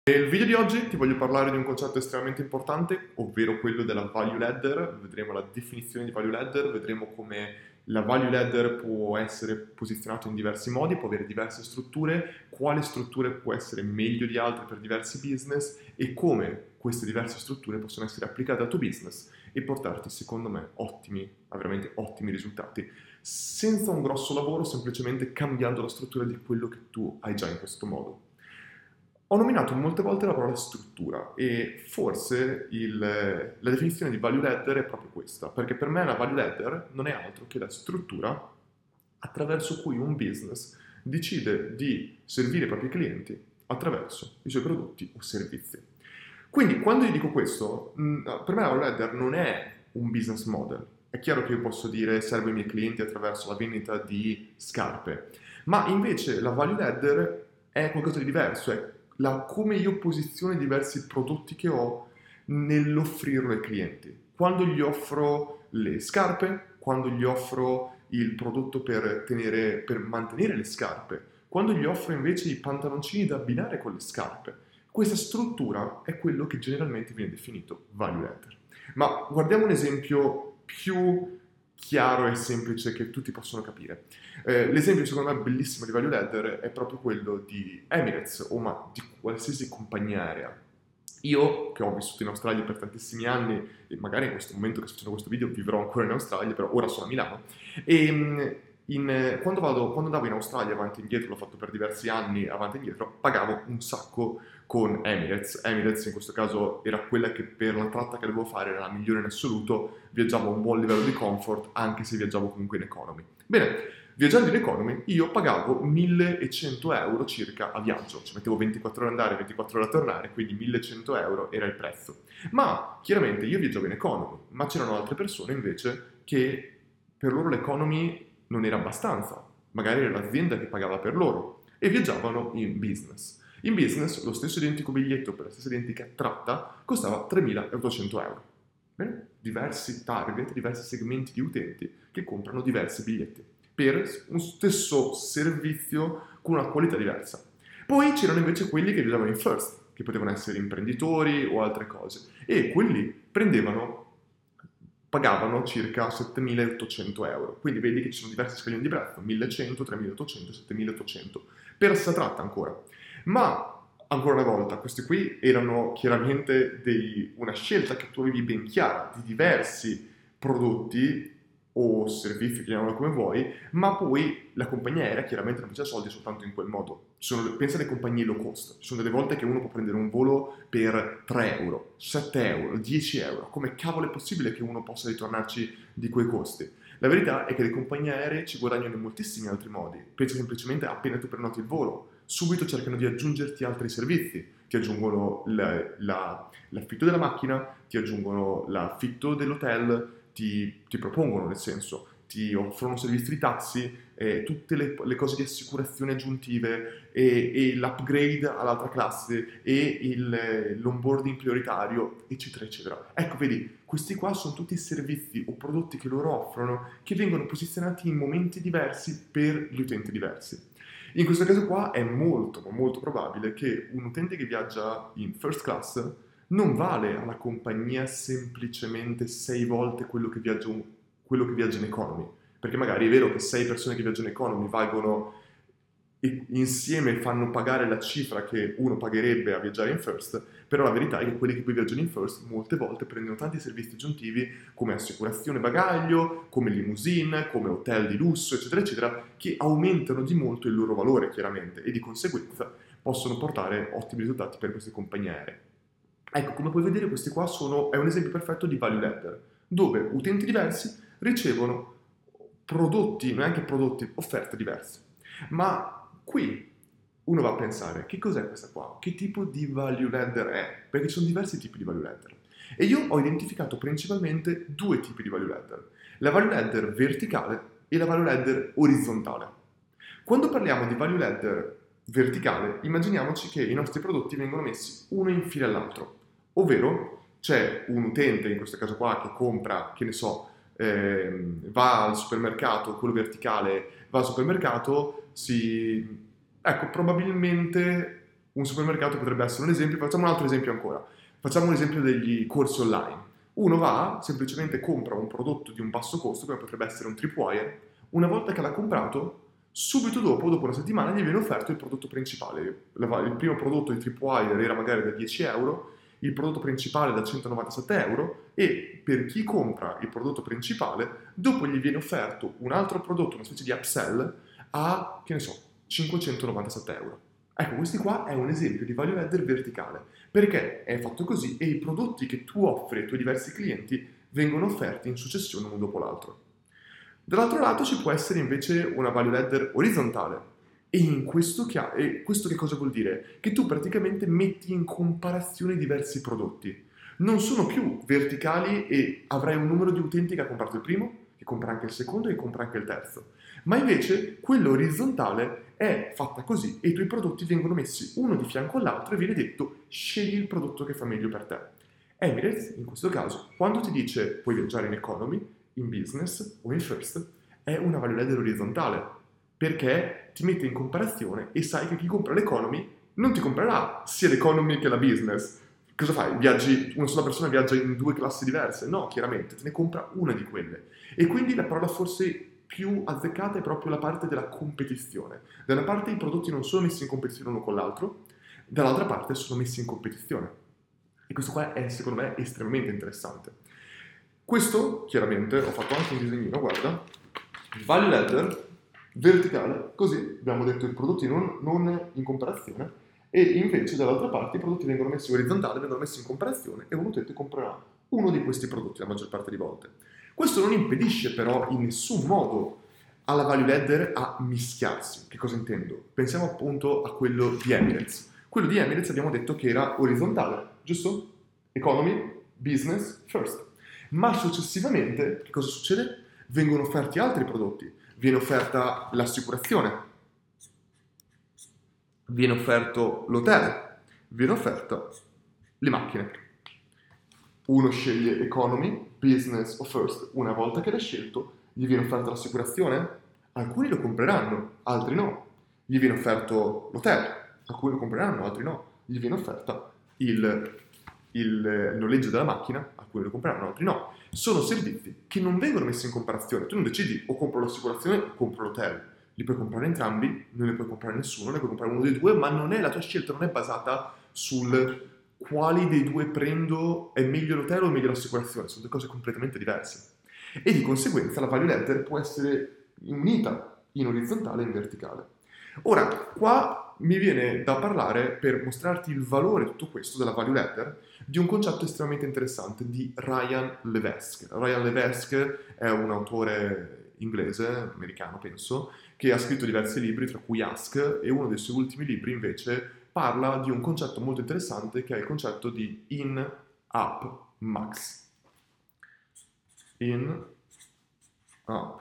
Nel video di oggi ti voglio parlare di un concetto estremamente importante, ovvero quello della value ladder. Vedremo la definizione di value ladder, vedremo come la value ladder può essere posizionata in diversi modi, può avere diverse strutture, quale strutture può essere meglio di altre per diversi business e come queste diverse strutture possono essere applicate al tuo business e portarti, secondo me, veramente ottimi risultati, senza un grosso lavoro, semplicemente cambiando la struttura di quello che tu hai già in questo modo. Ho nominato molte volte la parola struttura e forse la definizione di value ladder è proprio questa, perché per me la value ladder non è altro che la struttura attraverso cui un business decide di servire i propri clienti attraverso i suoi prodotti o servizi. Quindi quando io dico questo, per me la value ladder non è un business model. È chiaro che io posso dire servo i miei clienti attraverso la vendita di scarpe, ma invece la value ladder è qualcosa di diverso, è come io posiziono i diversi prodotti che ho nell'offrirlo ai clienti. Quando gli offro le scarpe, quando gli offro il prodotto per mantenere le scarpe, quando gli offro invece i pantaloncini da abbinare con le scarpe. Questa struttura è quello che generalmente viene definito value ladder. Ma guardiamo un esempio più chiaro e semplice che tutti possono capire. L'esempio secondo me bellissimo di value ladder è proprio quello di Emirates o ma di qualsiasi compagnia aerea. Io, che ho vissuto in Australia per tantissimi anni, e magari in questo momento che sto facendo questo video vivrò ancora in Australia, però ora sono a Milano, e quando andavo in Australia avanti e indietro, l'ho fatto per diversi anni avanti e indietro, pagavo un sacco con Emirates. Emirates in questo caso era quella che per la tratta che dovevo fare era la migliore in assoluto, viaggiavo a un buon livello di comfort anche se viaggiavo comunque in economy. Bene, viaggiando in economy io pagavo 1100 euro circa a viaggio, ci mettevo 24 ore andare, 24 ore a tornare, quindi 1100 euro era il prezzo. Ma chiaramente io viaggiavo in economy, ma c'erano altre persone invece che per loro l'economy non era abbastanza, magari era l'azienda che pagava per loro e viaggiavano in business. In business lo stesso identico biglietto per la stessa identica tratta costava 3.800 euro. Bene? Diversi target, diversi segmenti di utenti che comprano diversi biglietti per un stesso servizio con una qualità diversa. Poi c'erano invece quelli che viaggiavano in first, che potevano essere imprenditori o altre cose, e quelli pagavano circa 7.800 euro. Quindi vedi che ci sono diversi scaglioni di prezzo, 1.100, 3.800, 7.800, per sta tratta ancora. Ma ancora una volta, questi qui erano chiaramente una scelta che tu avevi ben chiara di diversi prodotti o servizi, chiamiamolo come vuoi, ma poi la compagnia aerea chiaramente non faceva soldi soltanto in quel modo. Pensa alle compagnie low cost, ci sono delle volte che uno può prendere un volo per 3 euro, 7 euro, 10 euro. Come cavolo è possibile che uno possa ritornarci di quei costi? La verità è che le compagnie aeree ci guadagnano in moltissimi altri modi. Pensa semplicemente appena tu prenoti il volo, subito cercano di aggiungerti altri servizi. Ti aggiungono l'affitto della macchina, ti aggiungono l'affitto dell'hotel, ti propongono, nel senso, ti offrono servizi di taxi, tutte le cose di assicurazione aggiuntive e l'upgrade all'altra classe e l'onboarding prioritario, eccetera, eccetera. Ecco, vedi, questi qua sono tutti servizi o prodotti che loro offrono che vengono posizionati in momenti diversi per gli utenti diversi. In questo caso qua è molto, ma molto probabile che un utente che viaggia in first class non vale alla compagnia semplicemente 6 volte quello che viaggia in economy. Perché magari è vero che 6 persone che viaggiano in economy valgono e insieme fanno pagare la cifra che uno pagherebbe a viaggiare in first, però la verità è che quelli che poi viaggiano in first molte volte prendono tanti servizi aggiuntivi come assicurazione bagaglio, come limousine, come hotel di lusso, eccetera, eccetera, che aumentano di molto il loro valore chiaramente e di conseguenza possono portare ottimi risultati per queste compagnie aeree. Ecco, come puoi vedere questi qua è un esempio perfetto di value ladder, dove utenti diversi ricevono prodotti, neanche prodotti, offerte diverse. Ma qui uno va a pensare, che cos'è questa qua? Che tipo di value ladder è? Perché ci sono diversi tipi di value ladder. E io ho identificato principalmente due tipi di value ladder. La value ladder verticale e la value ladder orizzontale. Quando parliamo di value ladder verticale, immaginiamoci che i nostri prodotti vengono messi uno in fila all'altro, ovvero c'è un utente, in questo caso qua, che compra, che ne so, va al supermercato, quello verticale va al supermercato, ecco, probabilmente Un supermercato potrebbe essere un esempio, facciamo un altro esempio ancora. Facciamo un esempio degli corsi online. Uno va, semplicemente compra un prodotto di un basso costo, come potrebbe essere un tripwire, una volta che l'ha comprato, subito dopo una settimana, gli viene offerto il prodotto principale. Il primo prodotto di tripwire era magari da 10 euro, il prodotto principale da 197 euro e per chi compra il prodotto principale, dopo gli viene offerto un altro prodotto, una specie di upsell, a, che ne so, 597 euro. Ecco, questo qua è un esempio di value ladder verticale, perché è fatto così e i prodotti che tu offri ai tuoi diversi clienti vengono offerti in successione uno dopo l'altro. Dall'altro lato ci può essere invece una value ladder orizzontale. Questo che cosa vuol dire? Che tu praticamente metti in comparazione diversi prodotti. Non sono più verticali e avrai un numero di utenti che ha comprato il primo, che compra anche il secondo e che compra anche il terzo. Ma invece quello orizzontale è fatta così e i tuoi prodotti vengono messi uno di fianco all'altro e viene detto scegli il prodotto che fa meglio per te. Emirates, in questo caso, quando ti dice puoi viaggiare in economy, in business o in first, è una value ladder orizzontale, perché ti mette in comparazione e sai che chi compra l'economy non ti comprerà sia l'economy che la business. Cosa fai? Una sola persona viaggia in due classi diverse? No, chiaramente, te ne compra una di quelle. E quindi la parola forse più azzeccata è proprio la parte della competizione. Da una parte i prodotti non sono messi in competizione uno con l'altro, dall'altra parte sono messi in competizione. E questo qua è, secondo me, estremamente interessante. Questo, chiaramente, ho fatto anche un disegnino, guarda, value ladder verticale, così abbiamo detto i prodotti non in comparazione, e invece dall'altra parte i prodotti vengono messi orizzontali, vengono messi in comparazione e un utente comprerà uno di questi prodotti la maggior parte di volte. Questo non impedisce però in nessun modo alla value ladder a mischiarsi. Che cosa intendo? Pensiamo appunto a quello di Emirates. Quello di Emirates abbiamo detto che era orizzontale, giusto? Economy, business, first. Ma successivamente, che cosa succede? Vengono offerti altri prodotti. Viene offerta l'assicurazione, viene offerto l'hotel, viene offerta le macchine. Uno sceglie economy, business o first, una volta che l'ha scelto, gli viene offerta l'assicurazione? Alcuni lo compreranno, altri no. Gli viene offerto l'hotel, alcuni lo compreranno, altri no. Gli viene offerta il noleggio della macchina, alcuni lo compreranno, altri no. Sono servizi che non vengono messi in comparazione. Tu non decidi o compro l'assicurazione o compro l'hotel. Li puoi comprare entrambi, non ne puoi comprare nessuno, ne puoi comprare uno dei due, ma non è la tua scelta, non è basata sul quali dei due prendo, è meglio l'hotel o è meglio l'assicurazione, sono due cose completamente diverse. E di conseguenza la value ladder può essere unita in orizzontale e in verticale. Ora, qua mi viene da parlare, per mostrarti il valore di tutto questo, della value ladder, di un concetto estremamente interessante di Ryan Levesque. Ryan Levesque è un autore inglese, americano penso, che ha scritto diversi libri, tra cui Ask, e uno dei suoi ultimi libri invece parla di un concetto molto interessante che è il concetto di in-app max. In-app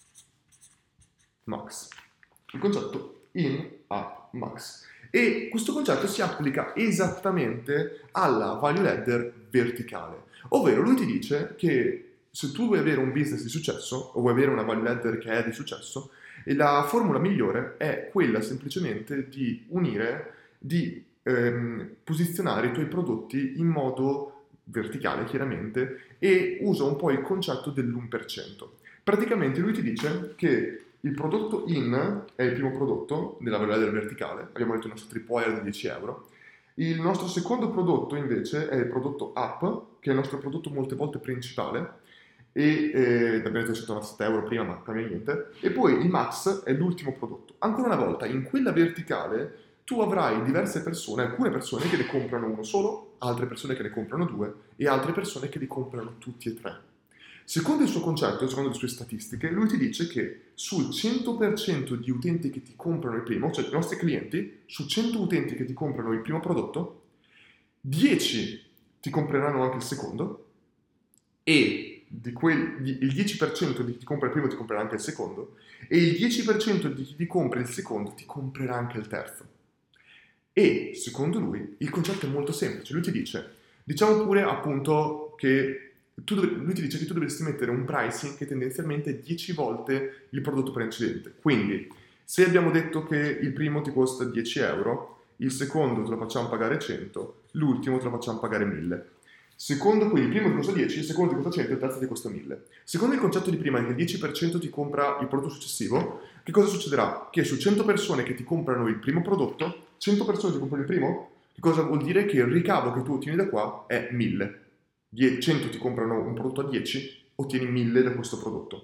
max. Il concetto in-app max. E questo concetto si applica esattamente alla value ladder verticale. Ovvero lui ti dice che se tu vuoi avere un business di successo o vuoi avere una value ladder che è di successo, la formula migliore è quella semplicemente di unire, di posizionare i tuoi prodotti in modo verticale chiaramente e usa un po' il concetto dell'1%. Praticamente lui ti dice che il prodotto in è il primo prodotto della value ladder verticale, abbiamo detto il nostro tripwire di 10 euro. Il nostro secondo prodotto invece è il prodotto up, che è il nostro prodotto molte volte principale, e abbiamo detto 197 euro prima, ma cambia niente. E poi il max è l'ultimo prodotto. Ancora una volta, in quella verticale tu avrai diverse persone, alcune persone che ne comprano uno solo, altre persone che ne comprano due e altre persone che li comprano tutti e tre. Secondo il suo concetto, secondo le sue statistiche, lui ti dice che sul 100% di utenti che ti comprano il primo, cioè i nostri clienti, su 100 utenti che ti comprano il primo prodotto, 10 ti compreranno anche il secondo e il 10% di chi ti compra il primo ti comprerà anche il secondo e il 10% di chi ti compra il secondo ti comprerà anche il terzo. E secondo lui il concetto è molto semplice, lui ti dice, diciamo pure appunto che lui ti dice che tu dovresti mettere un pricing che tendenzialmente è 10 volte il prodotto precedente. Quindi, se abbiamo detto che il primo ti costa 10 euro, il secondo te lo facciamo pagare 100, l'ultimo te lo facciamo pagare 1000. Secondo, quindi il primo ti costa 10, il secondo ti costa 100, il terzo ti costa 1000. Secondo il concetto di prima, che il 10% ti compra il prodotto successivo, che cosa succederà? Che su 100 persone che ti comprano il primo prodotto, 100 persone ti comprano il primo, che cosa vuol dire? Che il ricavo che tu ottieni da qua è 1000. 100 ti comprano un prodotto a 10, ottieni 1000 da questo prodotto.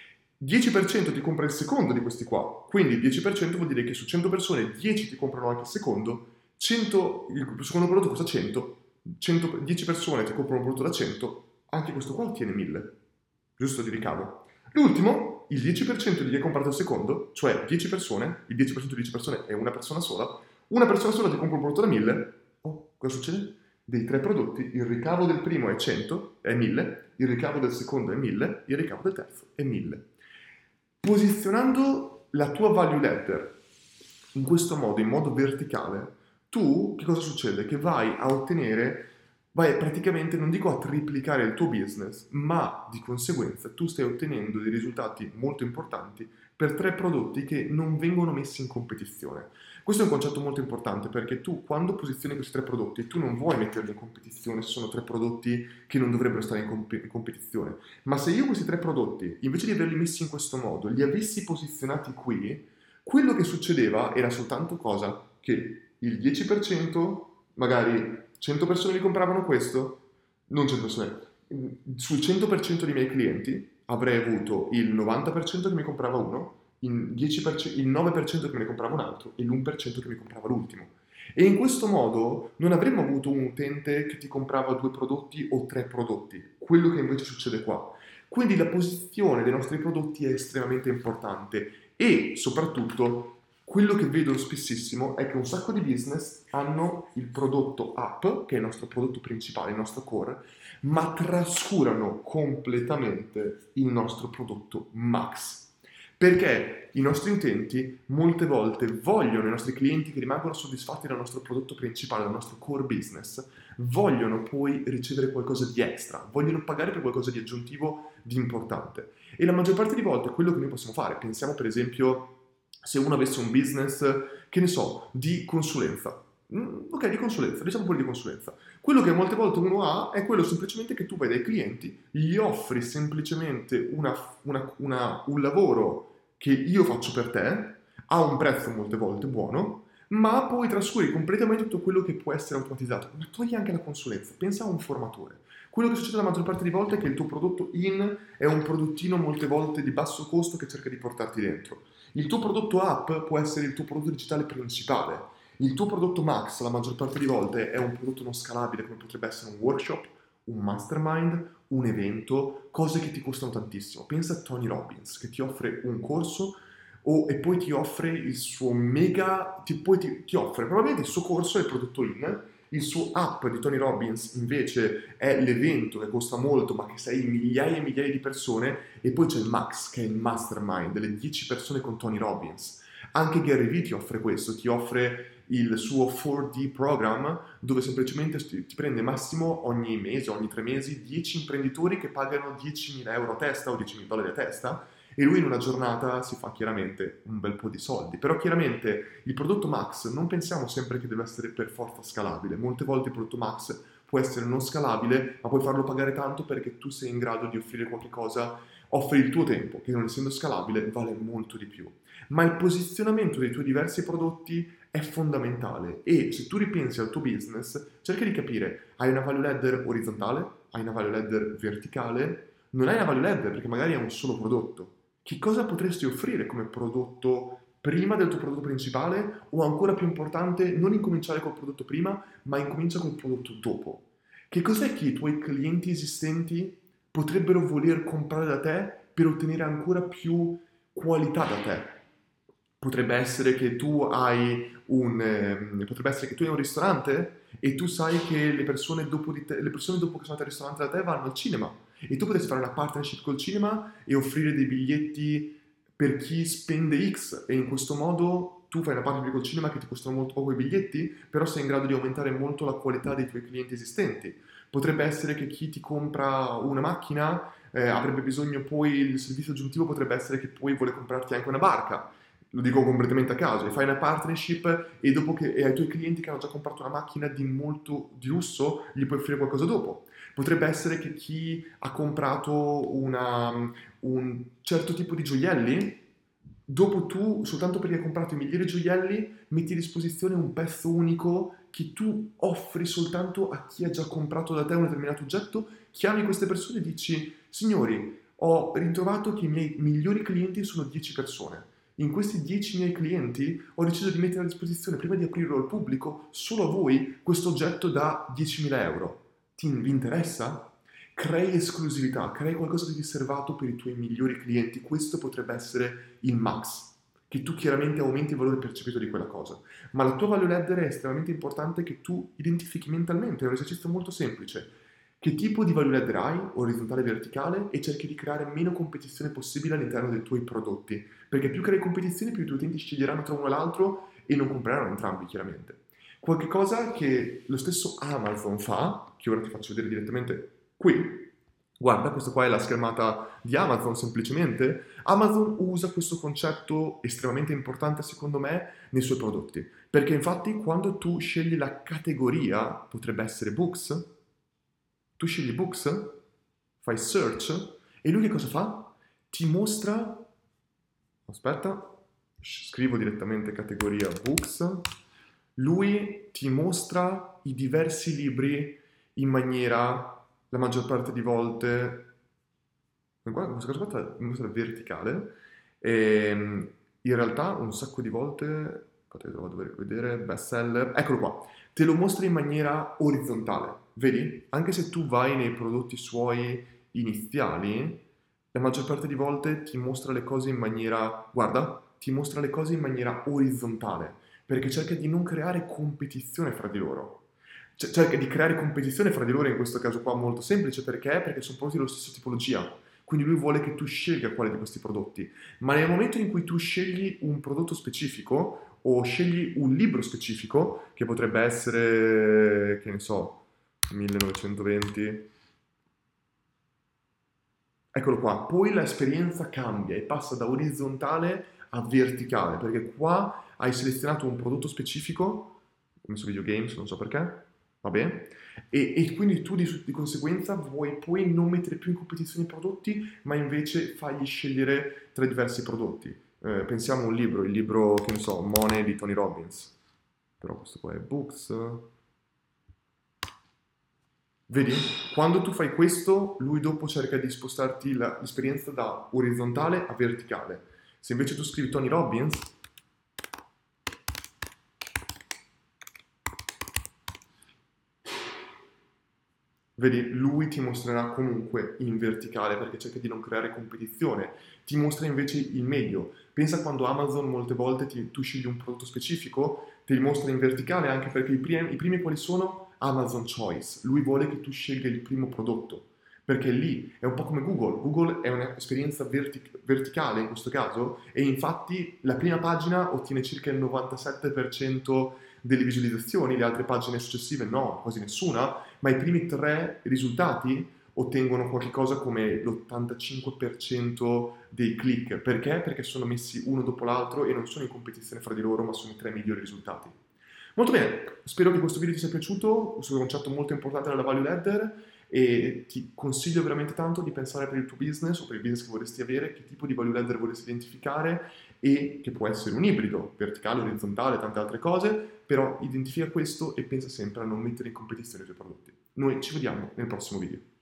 10% ti compra il secondo di questi qua, quindi il 10% vuol dire che su 100 persone 10 ti comprano anche il secondo, 100, il secondo prodotto costa 100, 10 persone ti comprano un prodotto da 100, anche questo qua ottiene 1000, giusto di ricavo. L'ultimo, il 10% di chi ha comprato il secondo, cioè 10 persone, il 10% di 10 persone è una persona sola ti compra un prodotto da 1000, cosa succede? Dei 3 prodotti, il ricavo del primo è 100, è 1000, il ricavo del secondo è 1000, il ricavo del terzo è 1000. Posizionando la tua value ladder in questo modo, in modo verticale, tu, che cosa succede? Che vai praticamente, non dico a triplicare il tuo business, ma di conseguenza tu stai ottenendo dei risultati molto importanti per 3 prodotti che non vengono messi in competizione. Questo è un concetto molto importante perché tu, quando posizioni questi 3 prodotti, tu non vuoi metterli in competizione se sono 3 prodotti che non dovrebbero stare in competizione. Ma se io questi 3 prodotti, invece di averli messi in questo modo, li avessi posizionati qui, quello che succedeva era soltanto cosa? Che il 10%, magari 100 persone mi compravano questo, non 100 persone, sul 100% dei miei clienti avrei avuto il 90% che mi comprava uno, il 10%, il 9% che me ne comprava un altro e l'1% che mi comprava l'ultimo. E in questo modo non avremmo avuto un utente che ti comprava 2 prodotti o 3 prodotti, quello che invece succede qua. Quindi la posizione dei nostri prodotti è estremamente importante e soprattutto quello che vedo spessissimo è che un sacco di business hanno il prodotto app, che è il nostro prodotto principale, il nostro core, ma trascurano completamente il nostro prodotto max. Perché i nostri utenti molte volte vogliono, i nostri clienti che rimangono soddisfatti dal nostro prodotto principale, dal nostro core business, vogliono poi ricevere qualcosa di extra, vogliono pagare per qualcosa di aggiuntivo, di importante. E la maggior parte di volte è quello che noi possiamo fare. Pensiamo per esempio se uno avesse un business, che ne so, di consulenza. Ok, di consulenza, diciamo quello di consulenza. Quello che molte volte uno ha è quello semplicemente che tu vai dai clienti, gli offri semplicemente un lavoro che io faccio per te, a un prezzo molte volte buono, ma poi trascuri completamente tutto quello che può essere automatizzato. Ma togli anche la consulenza, pensa a un formatore. Quello che succede la maggior parte di volte è che il tuo prodotto è un prodottino molte volte di basso costo che cerca di portarti dentro. Il tuo prodotto app può essere il tuo prodotto digitale principale. Il tuo prodotto Max, la maggior parte di volte, è un prodotto non scalabile, come potrebbe essere un workshop, un mastermind, un evento, cose che ti costano tantissimo. Pensa a Tony Robbins, che ti offre un corso e poi ti offre il suo ti offre probabilmente il suo corso è il prodotto il suo app di Tony Robbins invece è l'evento che costa molto ma che sei migliaia e migliaia di persone, e poi c'è il Max che è il mastermind delle 10 persone con Tony Robbins. Anche Gary Vee ti offre questo, ti offre il suo 4D program dove semplicemente ti prende massimo ogni mese, ogni 3 mesi 10 imprenditori che pagano 10.000 euro a testa o 10.000 dollari a testa, e lui in una giornata si fa chiaramente un bel po' di soldi. Però chiaramente il prodotto Max non pensiamo sempre che deve essere per forza scalabile. Molte volte il prodotto Max può essere non scalabile, ma puoi farlo pagare tanto perché tu sei in grado di offrire qualche cosa, offri il tuo tempo, che non essendo scalabile vale molto di più. Ma il posizionamento dei tuoi diversi prodotti è fondamentale, e se tu ripensi al tuo business, cerca di capire: hai una value ladder orizzontale? Hai una value ladder verticale? Non hai una value ladder perché magari è un solo prodotto. Che cosa potresti offrire come prodotto prima del tuo prodotto principale, o ancora più importante, non incominciare col prodotto prima, ma incomincia col prodotto dopo? Che cos'è che i tuoi clienti esistenti potrebbero voler comprare da te per ottenere ancora più qualità da te? Potrebbe essere che tu hai potrebbe essere che tu hai un ristorante e tu sai che le persone dopo le persone dopo che sono andate al ristorante da te vanno al cinema, e tu potresti fare una partnership col cinema e offrire dei biglietti per chi spende X, e in questo modo tu fai una partnership col cinema che ti costano molto poco i biglietti, però sei in grado di aumentare molto la qualità dei tuoi clienti esistenti. Potrebbe essere che chi ti compra una macchina avrebbe bisogno poi, il servizio aggiuntivo potrebbe essere che poi vuole comprarti anche una barca. lo dico completamente a caso, e fai una partnership e dopo che e ai tuoi clienti che hanno già comprato una macchina di molto di lusso, gli puoi offrire qualcosa dopo. Potrebbe essere che chi ha comprato un certo tipo di gioielli, dopo tu, soltanto perché hai comprato i migliori gioielli, metti a disposizione un pezzo unico che tu offri soltanto a chi ha già comprato da te un determinato oggetto, chiami queste persone e dici, signori, ho ritrovato che i miei migliori clienti sono 10 persone. In questi 10 miei clienti ho deciso di mettere a disposizione, prima di aprirlo al pubblico, solo a voi questo oggetto da 10.000 euro. Vi interessa? Crei esclusività, crei qualcosa di riservato per i tuoi migliori clienti. Questo potrebbe essere il max, che tu chiaramente aumenti il valore percepito di quella cosa. Ma la tua value ladder è estremamente importante che tu identifichi mentalmente, è un esercizio molto semplice. Che tipo di value ladder hai, orizzontale e verticale, e cerchi di creare meno competizione possibile all'interno dei tuoi prodotti. Perché più crei competizione, più i tuoi utenti sceglieranno tra uno e l'altro e non compreranno entrambi, chiaramente. Qualche cosa che lo stesso Amazon fa, che ora ti faccio vedere direttamente qui, guarda, questa qua è la schermata di Amazon semplicemente. Amazon usa questo concetto estremamente importante secondo me nei suoi prodotti, perché infatti quando tu scegli la categoria, potrebbe essere books, tu scegli books, fai search e lui che cosa fa? Ti mostra, aspetta, scrivo direttamente categoria books, lui ti mostra i diversi libri in maniera, la maggior parte di volte, guarda, questa cosa qua mi mostra verticale, e in realtà un sacco di volte, potete dover vedere, bestseller, eccolo qua, te lo mostra in maniera orizzontale, vedi? Anche se tu vai nei prodotti suoi iniziali, la maggior parte di volte ti mostra le cose in maniera, guarda, ti mostra le cose in maniera orizzontale, perché cerca di non creare competizione fra di loro. Cerca di creare competizione fra di loro in questo caso qua molto semplice, perché? Perché sono prodotti dello stesso tipologia. Quindi lui vuole che tu scelga quale di questi prodotti. Ma nel momento in cui tu scegli un prodotto specifico o scegli un libro specifico, che potrebbe essere, che ne so, 1920, eccolo qua, poi l'esperienza cambia e passa da orizzontale a verticale, perché qua hai selezionato un prodotto specifico, ho messo videogames, non so perché, va bene, e quindi tu di conseguenza vuoi poi non mettere più in competizione i prodotti, ma invece fagli scegliere tra i diversi prodotti. Pensiamo a un libro, il libro, che ne so, Money di Tony Robbins, però questo qua è Books. Vedi? Quando tu fai questo, lui dopo cerca di spostarti l'esperienza da orizzontale a verticale. Se invece tu scrivi Tony Robbins, vedi, lui ti mostrerà comunque in verticale perché cerca di non creare competizione, ti mostra invece il meglio. Pensa quando Amazon molte volte tu scegli un prodotto specifico, te li mostra in verticale anche perché i primi quali sono? Amazon Choice. Lui vuole che tu scelga il primo prodotto, perché lì è un po' come Google. Google è un'esperienza verticale in questo caso e infatti la prima pagina ottiene circa il 97% delle visualizzazioni, le altre pagine successive no, quasi nessuna, ma i primi tre risultati ottengono qualcosa come l'85% dei click. Perché? Perché sono messi uno dopo l'altro e non sono in competizione fra di loro, ma sono i tre migliori risultati. Molto bene, spero che questo video ti sia piaciuto, questo è un concetto molto importante della value ladder e ti consiglio veramente tanto di pensare per il tuo business o per il business che vorresti avere, che tipo di value ladder vorresti identificare e che può essere un ibrido, verticale, orizzontale, tante altre cose, però identifica questo e pensa sempre a non mettere in competizione i tuoi prodotti. Noi ci vediamo nel prossimo video.